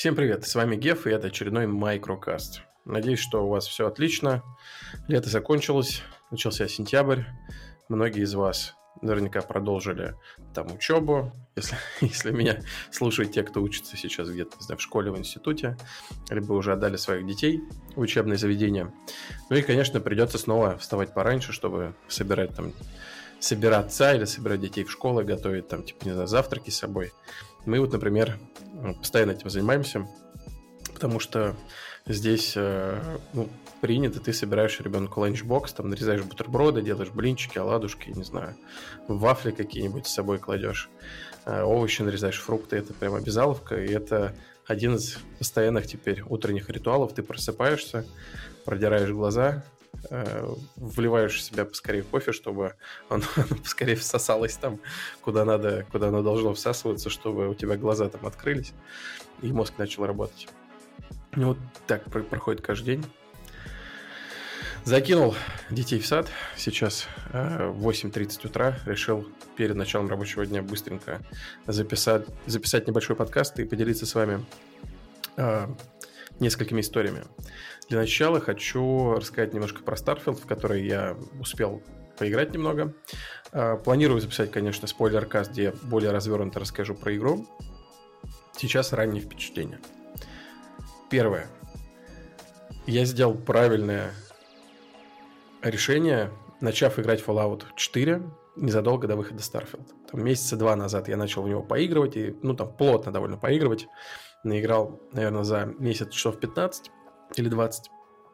Всем привет, с вами Геф, и это очередной Microcast. Надеюсь, что у вас все отлично. Лето закончилось, начался сентябрь. Многие из вас наверняка продолжили там учебу, если меня слушают те, кто учится сейчас где-то, не знаю, в школе, в институте, либо уже отдали своих детей в учебные заведения. Ну и, конечно, придется снова вставать пораньше, чтобы собираться или собирать детей в школу, готовить там, типа, не знаю, завтраки с собой. Мы вот, например, постоянно этим занимаемся, потому что здесь принято, ты собираешь ребенку ланчбокс, там нарезаешь бутерброды, делаешь блинчики, оладушки, не знаю, вафли какие-нибудь с собой кладешь, овощи нарезаешь, фрукты, это прям обязаловка, и это один из постоянных теперь утренних ритуалов. Ты просыпаешься, продираешь глаза, вливаешь в себя поскорее кофе, чтобы оно поскорее всосалось там, куда надо, куда оно должно всасываться, чтобы у тебя глаза там открылись, и мозг начал работать. И вот так проходит каждый день. Закинул детей в сад. Сейчас 8:30 утра. Решил перед началом рабочего дня быстренько записать небольшой подкаст и поделиться с вами несколькими историями. Для начала хочу рассказать немножко про Starfield, в который я успел поиграть немного. Планирую записать, конечно, спойлер-каст, где я более развернуто расскажу про игру. Сейчас ранние впечатления. Первое. Я сделал правильное решение, начав играть в Fallout 4 незадолго до выхода Starfield. Там месяца 2 назад я начал в него поигрывать, и, плотно довольно поигрывать. Наиграл, наверное, за месяц часов 15 или 20.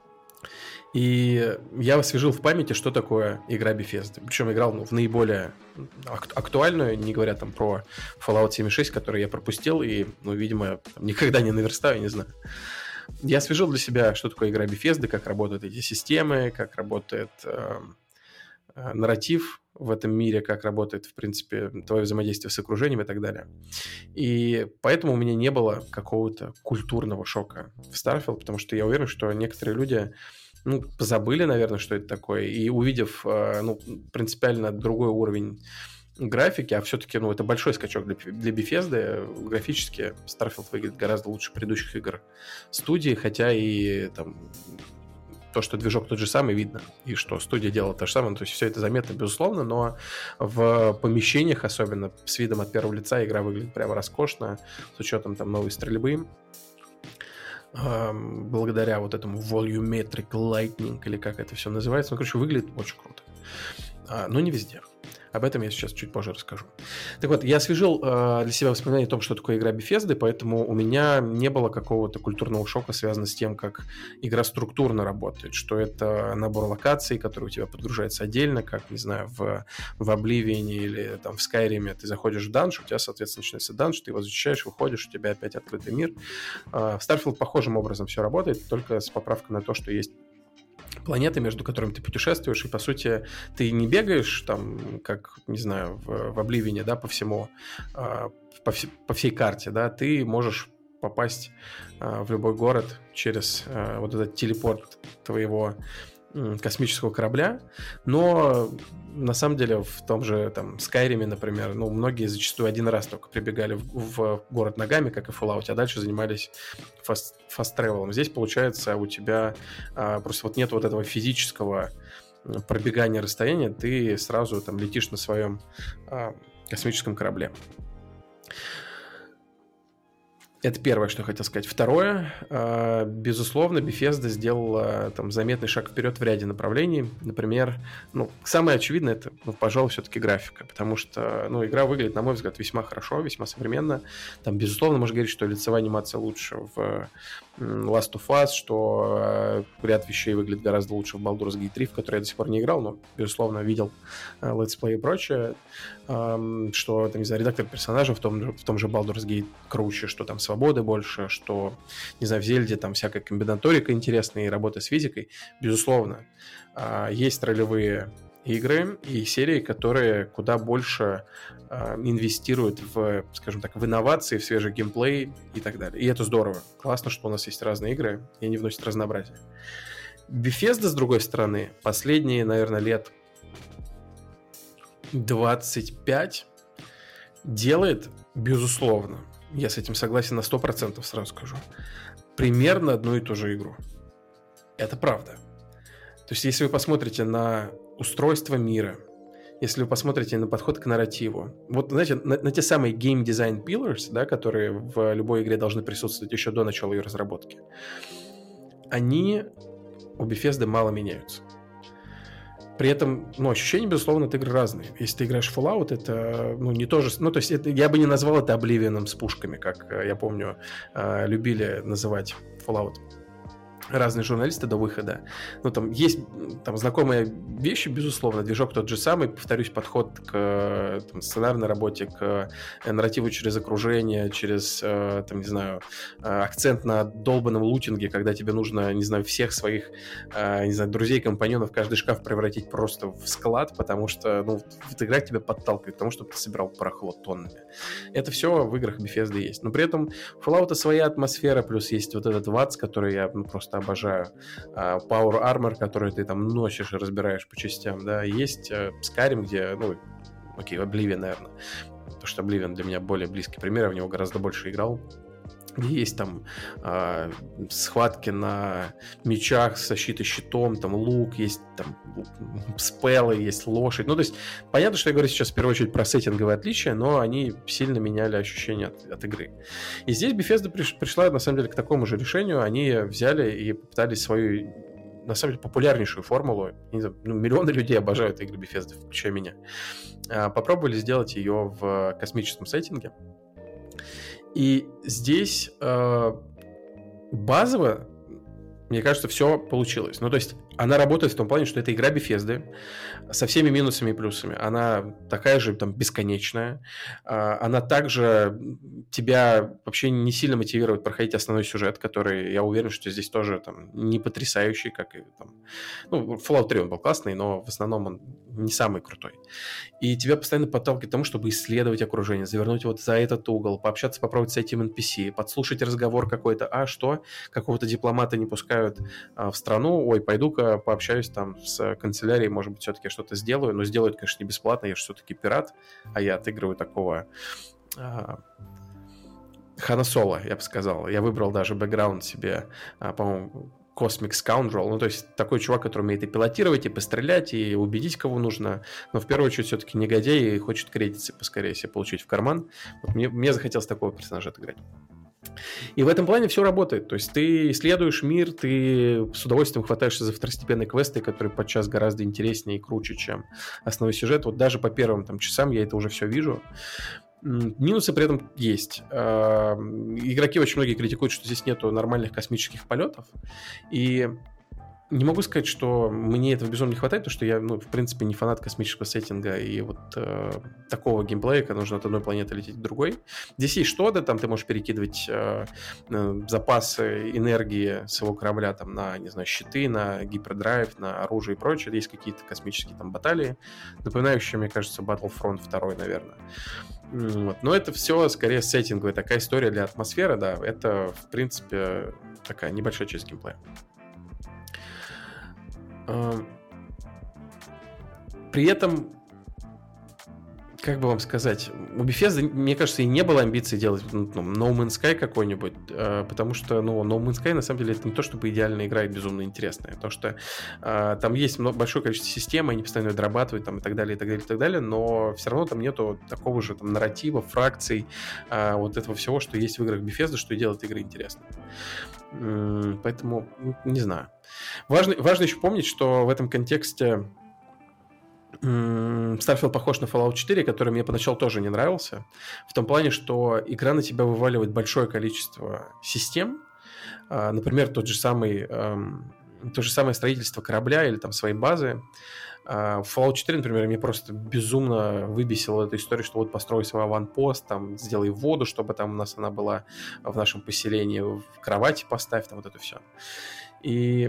И я освежил в памяти, что такое игра Bethesda. Причем играл в наиболее актуальную, не говоря там про Fallout 76, который я пропустил и, видимо, никогда не наверстаю, не знаю. Я освежил для себя, что такое игра Bethesda, как работают эти системы, как работает нарратив в этом мире, как работает, в принципе, твое взаимодействие с окружением и так далее. И поэтому у меня не было какого-то культурного шока в Starfield, потому что я уверен, что некоторые люди позабыли, наверное, что это такое, и увидев принципиально другой уровень графики, а все-таки это большой скачок для Bethesda. Графически Starfield выглядит гораздо лучше предыдущих игр студии, хотя и там то, что движок тот же самый, видно, и что студия делала то же самое, то есть все это заметно, безусловно, но в помещениях, особенно с видом от первого лица, игра выглядит прямо роскошно, с учетом там новой стрельбы, благодаря вот этому volumetric lighting, или как это все называется, выглядит очень круто, но не везде. Об этом я сейчас чуть позже расскажу. Так вот, я освежил для себя воспоминания о том, что такое игра Bethesda, поэтому у меня не было какого-то культурного шока, связанного с тем, как игра структурно работает, что это набор локаций, который у тебя подгружается отдельно, как, не знаю, в Oblivion или там в Skyrim ты заходишь в данж, у тебя, соответственно, начинается данж, ты его защищаешь, выходишь, у тебя опять открытый мир. В Starfield похожим образом все работает, только с поправкой на то, что есть планеты, между которыми ты путешествуешь, и, по сути, ты не бегаешь там, как, не знаю, в Oblivion, да, по всему, по всей карте, да, ты можешь попасть в любой город через вот этот телепорт твоего космического корабля, но на самом деле в том же там Skyrim, например, многие зачастую один раз только прибегали в город ногами, как и в Fallout, а дальше занимались фаст-тревелом. Здесь, получается, у тебя просто нет вот этого физического пробегания расстояния, ты сразу там летишь на своем космическом корабле. Это первое, что я хотел сказать. Второе, безусловно, Bethesda сделала там заметный шаг вперед в ряде направлений. Например, самое очевидное, это, пожалуй, все-таки графика, потому что, игра выглядит, на мой взгляд, весьма хорошо, весьма современно. Там, безусловно, можно говорить, что лицевая анимация лучше в Last of Us, что ряд вещей выглядит гораздо лучше в Baldur's Gate 3, в который я до сих пор не играл, но, безусловно, видел летсплей и прочее, что, там, не знаю, редактор персонажа в том же Baldur's Gate круче, что там свободы больше, что, не знаю, в Зельде там всякая комбинаторика интересная и работа с физикой. Безусловно, есть ролевые игры и серии, которые куда больше инвестируют в, скажем так, в инновации, в свежий геймплей и так далее. И это здорово. Классно, что у нас есть разные игры, и они вносят разнообразие. Bethesda, с другой стороны, последние, наверное, лет 25 делает, безусловно, я с этим согласен на 100%, сразу скажу, примерно одну и ту же игру. Это правда. То есть, если вы посмотрите на устройство мира, если вы посмотрите на подход к нарративу, вот, знаете, на те самые game design pillars, да, которые в любой игре должны присутствовать еще до начала ее разработки, они у Bethesda мало меняются. При этом, ощущения, безусловно, от игры разные. Если ты играешь в Fallout, это, не то же... то есть, я бы не назвал это Oblivion'ом с пушками, как, я помню, любили называть Fallout разные журналисты до выхода. Там есть знакомые вещи, безусловно. Движок тот же самый, повторюсь, подход к сценарной работе, к нарративу через окружение, через, акцент на долбанном лутинге, когда тебе нужно, всех своих, друзей, компаньонов, каждый шкаф превратить просто в склад, потому что, эта игра тебя подталкивает к тому, чтобы ты собирал барахло тоннами. Это все в играх Bethesda есть. Но при этом у Fallout своя атмосфера, плюс есть вот этот ВАЦ, который я просто обожаю. Power Armor, который ты там носишь и разбираешь по частям, да. Есть Skyrim, где, Oblivion, наверное. Потому что Oblivion для меня более близкий пример, я в него гораздо больше играл. Есть там схватки на мечах с защитой щитом, там лук, есть там спеллы, есть лошадь. То есть понятно, что я говорю сейчас в первую очередь про сеттинговые отличия, но они сильно меняли ощущения от игры. И здесь Bethesda пришла на самом деле к такому же решению. Они взяли и попытались свою, на самом деле, популярнейшую формулу. Не знаю, миллионы людей обожают игры Bethesda, включая меня. Попробовали сделать ее в космическом сеттинге. И здесь базово, мне кажется, все получилось. То есть она работает в том плане, что это игра Bethesda со всеми минусами и плюсами. Она такая же бесконечная. Она также тебя вообще не сильно мотивирует проходить основной сюжет, который, я уверен, что здесь тоже не потрясающий, как и Fallout 3 он был классный, но в основном он не самый крутой. И тебя постоянно подталкивает к тому, чтобы исследовать окружение, завернуть вот за этот угол, пообщаться, попробовать с этим NPC, подслушать разговор какой-то, что какого-то дипломата не пускают в страну, пойду-ка пообщаюсь там с канцелярией, может быть, все-таки что-то сделаю, но сделают, конечно, не бесплатно, я же все-таки пират, а я отыгрываю такого Хана Соло, я бы сказал. Я выбрал даже бэкграунд себе, по-моему, Cosmic Scoundrel, то есть такой чувак, который умеет и пилотировать, и пострелять, и убедить, кого нужно, но в первую очередь все-таки негодяй и хочет кредиты поскорее себе получить в карман. Мне захотелось такого персонажа отыграть. И в этом плане все работает. То есть ты исследуешь мир, ты с удовольствием хватаешься за второстепенные квесты, которые подчас гораздо интереснее и круче, чем основной сюжет. Вот даже по первым часам я это уже все вижу. Минусы при этом есть. Игроки очень многие критикуют, что здесь нету нормальных космических полетов. И не могу сказать, что мне этого безумно не хватает, потому что я, в принципе, не фанат космического сеттинга и вот такого геймплея, когда нужно от одной планеты лететь к другой. Здесь есть что-то, там ты можешь перекидывать запасы энергии своего корабля на, щиты, на гипердрайв, на оружие и прочее. Есть какие-то космические баталии, напоминающие, мне кажется, Battlefront 2, наверное. Но это все скорее сеттинговая такая история для атмосферы, да. Это, в принципе, такая небольшая часть геймплея. При этом, как бы вам сказать, у Bethesda, мне кажется, и не было амбиций делать No Man's Sky какой-нибудь, потому что, No Man's Sky, на самом деле, это не то, чтобы идеальная игра и безумно интересная, потому что там есть большое количество систем, они постоянно дорабатывают и так далее, и так далее, и так далее, но все равно там нету такого же нарратива, фракций, вот этого всего, что есть в играх Bethesda, что и делает игры интересными. Поэтому, не знаю. Важно еще помнить, что в этом контексте Starfield похож на Fallout 4, который мне поначалу тоже не нравился, в том плане, что игра на тебя вываливает большое количество систем, например, то же самое строительство корабля или своей базы. В Fallout 4, например, мне просто безумно выбесила эта история, что вот построй свой аванпост, сделай воду, чтобы у нас она была в нашем поселении, в кровати поставь, вот это все. И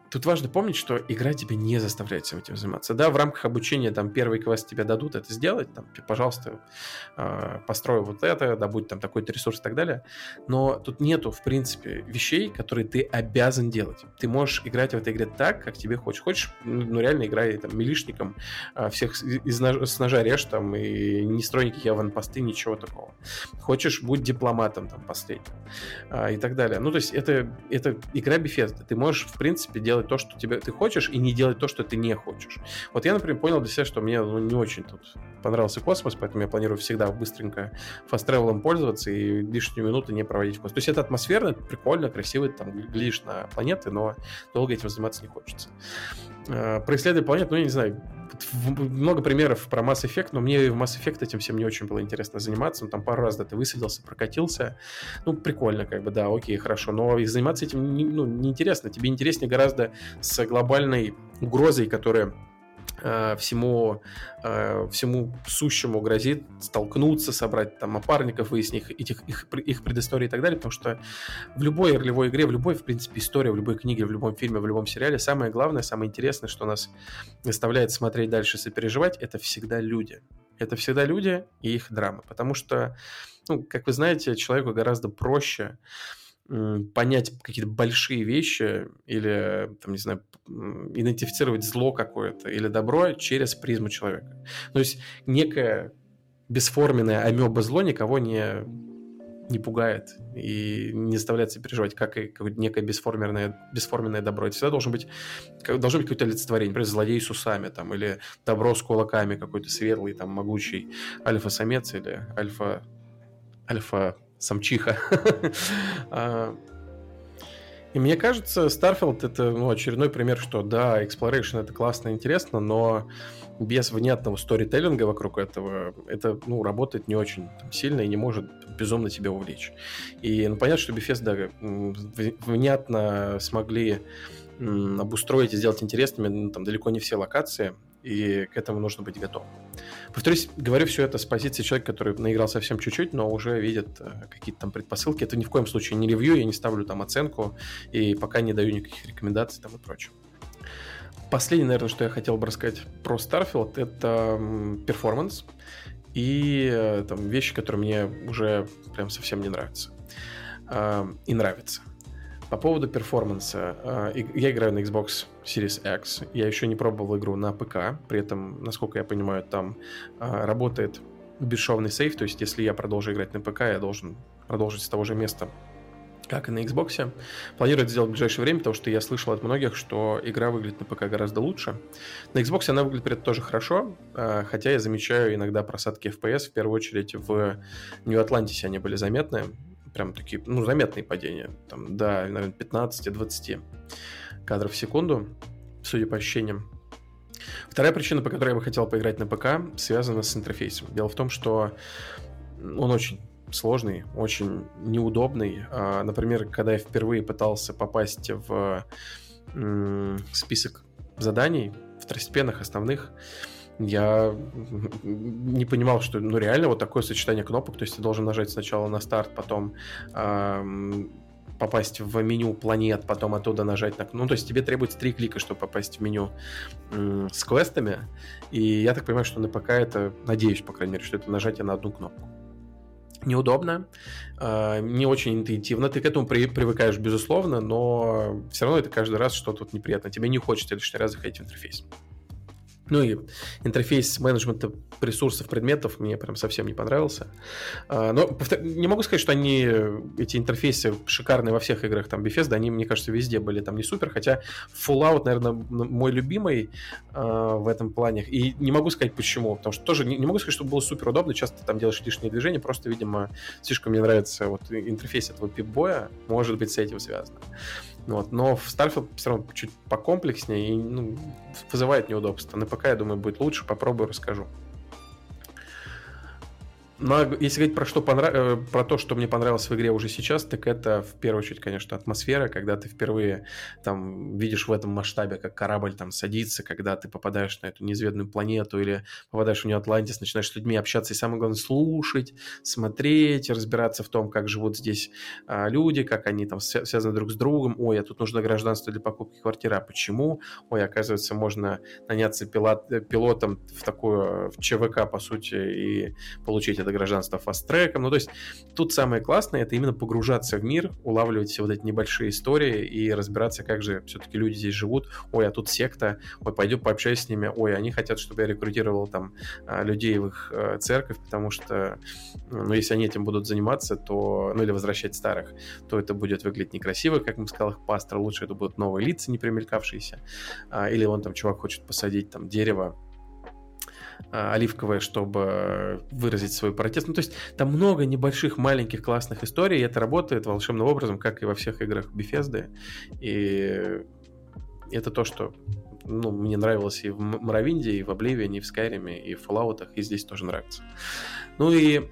тут важно помнить, что игра тебя не заставляет всем этим заниматься. Да, в рамках обучения там первый квест тебе дадут это сделать, там, пожалуйста, построй вот это, добудь там такой-то ресурс и так далее. Но тут нету, в принципе, вещей, которые ты обязан делать. Ты можешь играть в этой игре так, как тебе хочешь. Хочешь, ну, реально играй там милишником, всех с ножа режь там, и не строй никакие аванпосты, ничего такого. Хочешь, будь дипломатом там последним, и так далее. Ну, то есть это игра Bethesda. Ты можешь, в принципе, делать то, что ты хочешь, и не делать то, что ты не хочешь. Вот я, например, понял для себя, что мне не очень тут понравился космос, поэтому я планирую всегда быстренько фаст-тревелом пользоваться и лишнюю минуту не проводить в космосе. То есть это атмосферно, прикольно, красиво, ты там глядишь на планеты, но долго этим заниматься не хочется. Про исследование планет, ну, я не знаю, много примеров про Mass Effect, но мне в Mass Effect этим всем не очень было интересно заниматься. Ну, там пару раз, да, ты высадился, прокатился. Ну, прикольно, как бы, да, окей, хорошо. Но заниматься этим неинтересно. Тебе интереснее гораздо с глобальной угрозой, которая всему сущему грозит, столкнуться, собрать там опарников, выяснить их предыстории и так далее, потому что в любой ролевой игре, в любой, в принципе, истории, в любой книге, в любом фильме, в любом сериале самое главное, самое интересное, что нас заставляет смотреть дальше, сопереживать, это всегда люди. Это всегда люди и их драмы, потому что, ну, как вы знаете, человеку гораздо проще понять какие-то большие вещи или, там, не знаю, идентифицировать зло какое-то или добро через призму человека. То есть некое бесформенное амеба зло никого не пугает и не заставляет себя переживать, как и некое бесформенное добро. Это всегда должно быть какое-то олицетворение, например, злодей с усами, там, или добро с кулаками, какой-то светлый, там, могучий альфа-самец или альфа-самчиха. И мне кажется, Starfield — это очередной пример, что да, Exploration — это классно и интересно, но без внятного сторителлинга вокруг этого это работает не очень сильно и не может безумно тебя увлечь. И понятно, что Bethesda внятно смогли обустроить и сделать интересными там далеко не все локации, и к этому нужно быть готовым. Повторюсь, говорю все это с позиции человека, который наиграл совсем чуть-чуть, но уже видит какие-то там предпосылки. Это ни в коем случае не ревью, я не ставлю там оценку, и пока не даю никаких рекомендаций там и прочее. Последнее, наверное, что я хотел бы рассказать про Starfield, это перформанс и там вещи, которые мне уже прям совсем не нравятся. И нравятся. По поводу перформанса. Я играю на Xbox Series X. Я еще не пробовал игру на ПК. При этом, насколько я понимаю, там работает бесшовный сейв. То есть, если я продолжу играть на ПК, я должен продолжить с того же места, как и на Xbox. Планирую это сделать в ближайшее время, потому что я слышал от многих, что игра выглядит на ПК гораздо лучше. На Xbox она выглядит при этом тоже хорошо, хотя я замечаю иногда просадки FPS. В первую очередь в Нью-Атлантисе они были заметны. Прям такие, заметные падения. Там, да, наверное, 15-20 кадров в секунду, судя по ощущениям. Вторая причина, по которой я бы хотел поиграть на ПК, связана с интерфейсом. Дело в том, что он очень сложный, очень неудобный. Например, когда я впервые пытался попасть в список заданий, второстепенных, основных, я не понимал, что реально вот такое сочетание кнопок, то есть ты должен нажать сначала на старт, потом попасть в меню планет, потом оттуда нажать на... то есть тебе требуется 3 клика, чтобы попасть в меню с квестами, и я так понимаю, что на ПК это, надеюсь, по крайней мере, что это нажатие на одну кнопку. Неудобно, не очень интуитивно. Ты к этому привыкаешь, безусловно, но все равно это каждый раз что-то вот неприятно. Тебе не хочется лишний раз заходить в интерфейс. Ну и интерфейс менеджмента ресурсов, предметов мне прям совсем не понравился. Но не могу сказать, что эти интерфейсы шикарные во всех играх там Bethesda, они, мне кажется, везде были там не супер, хотя Fallout, наверное, мой любимый в этом плане. И не могу сказать почему, потому что тоже не могу сказать, что было супер удобно, часто ты там делаешь лишние движения, просто, видимо, слишком мне нравится вот интерфейс этого пип-боя, может быть, с этим связано. Но в Starfield все равно чуть покомплекснее и вызывает неудобства. На ПК, я думаю, будет лучше. Попробую, расскажу. Но если говорить про то, что мне понравилось в игре уже сейчас, так это в первую очередь, конечно, атмосфера, когда ты впервые там видишь в этом масштабе, как корабль там садится, когда ты попадаешь на эту неизведанную планету или попадаешь в Нью-Атлантис, начинаешь с людьми общаться и, самое главное, слушать, смотреть, разбираться в том, как живут здесь люди, как они там связаны друг с другом. Ой, а тут нужно гражданство для покупки квартиры, а почему? Ой, оказывается, можно наняться пилотом в такую в ЧВК, по сути, и получить это гражданство фаст-треком. Ну, то есть тут самое классное — это именно погружаться в мир, улавливать все вот эти небольшие истории и разбираться, как же все-таки люди здесь живут. Ой, а тут секта. Ой, пойду пообщаюсь с ними. Ой, они хотят, чтобы я рекрутировал там людей в их церковь, потому что, ну, если они этим будут заниматься, то, ну, или возвращать старых, то это будет выглядеть некрасиво, как им сказал их пастор. Лучше это будут новые лица, не примелькавшиеся. Или он там, чувак, хочет посадить там дерево оливковое, чтобы выразить свой протест. Ну, то есть там много небольших, маленьких, классных историй, и это работает волшебным образом, как и во всех играх Bethesda. И это то, что, ну, мне нравилось и в Моровинде, и в Oblivion, и в Skyrim, и в Fallout, и здесь тоже нравится. Ну и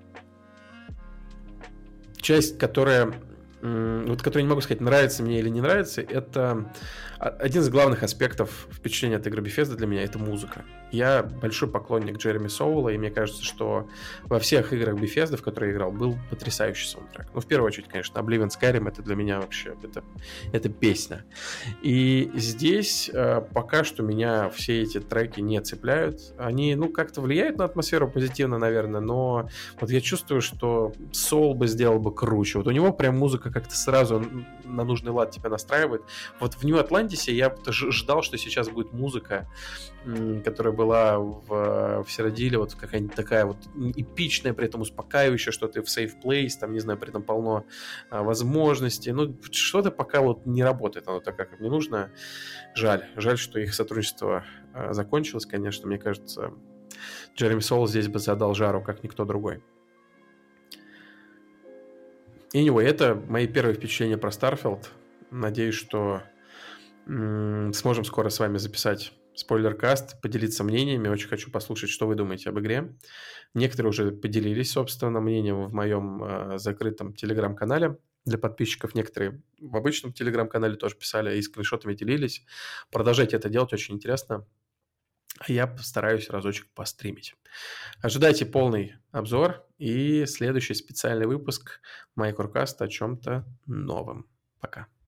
часть, которая не могу сказать, нравится мне или не нравится, это один из главных аспектов впечатления от игры Bethesda для меня — это музыка. Я большой поклонник Джереми Соула, и мне кажется, что во всех играх Bethesda, в которые я играл, был потрясающий саундтрек. Ну, в первую очередь, конечно, Oblivion, Skyrim — это для меня вообще, это песня. И здесь пока что меня все эти треки не цепляют. Они, ну, как-то влияют на атмосферу позитивно, наверное, но вот я чувствую, что Soul бы сделал бы круче. Вот у него прям музыка как-то сразу на нужный лад тебя настраивает. Вот в Нью-Атлантисе я ждал, что сейчас будет музыка, которая была в Сиродиле, вот какая-нибудь такая вот эпичная, при этом успокаивающая, что ты в safe place, там, не знаю, при этом полно возможностей. Ну, что-то пока вот не работает оно так, как мне нужно. Жаль, что их сотрудничество закончилось, конечно. Мне кажется, Джереми Соул здесь бы задал жару, как никто другой. Anyway, это мои первые впечатления про Starfield. Надеюсь, что сможем скоро с вами записать спойлер-каст, поделиться мнениями. Очень хочу послушать, что вы думаете об игре. Некоторые уже поделились, собственно, мнением в моем закрытом телеграм-канале для подписчиков. Некоторые в обычном телеграм-канале тоже писали и скриншотами делились. Продолжайте это делать, очень интересно. А я постараюсь разочек постримить. Ожидайте полный обзор и следующий специальный выпуск Майкрокаста о чем-то новом. Пока.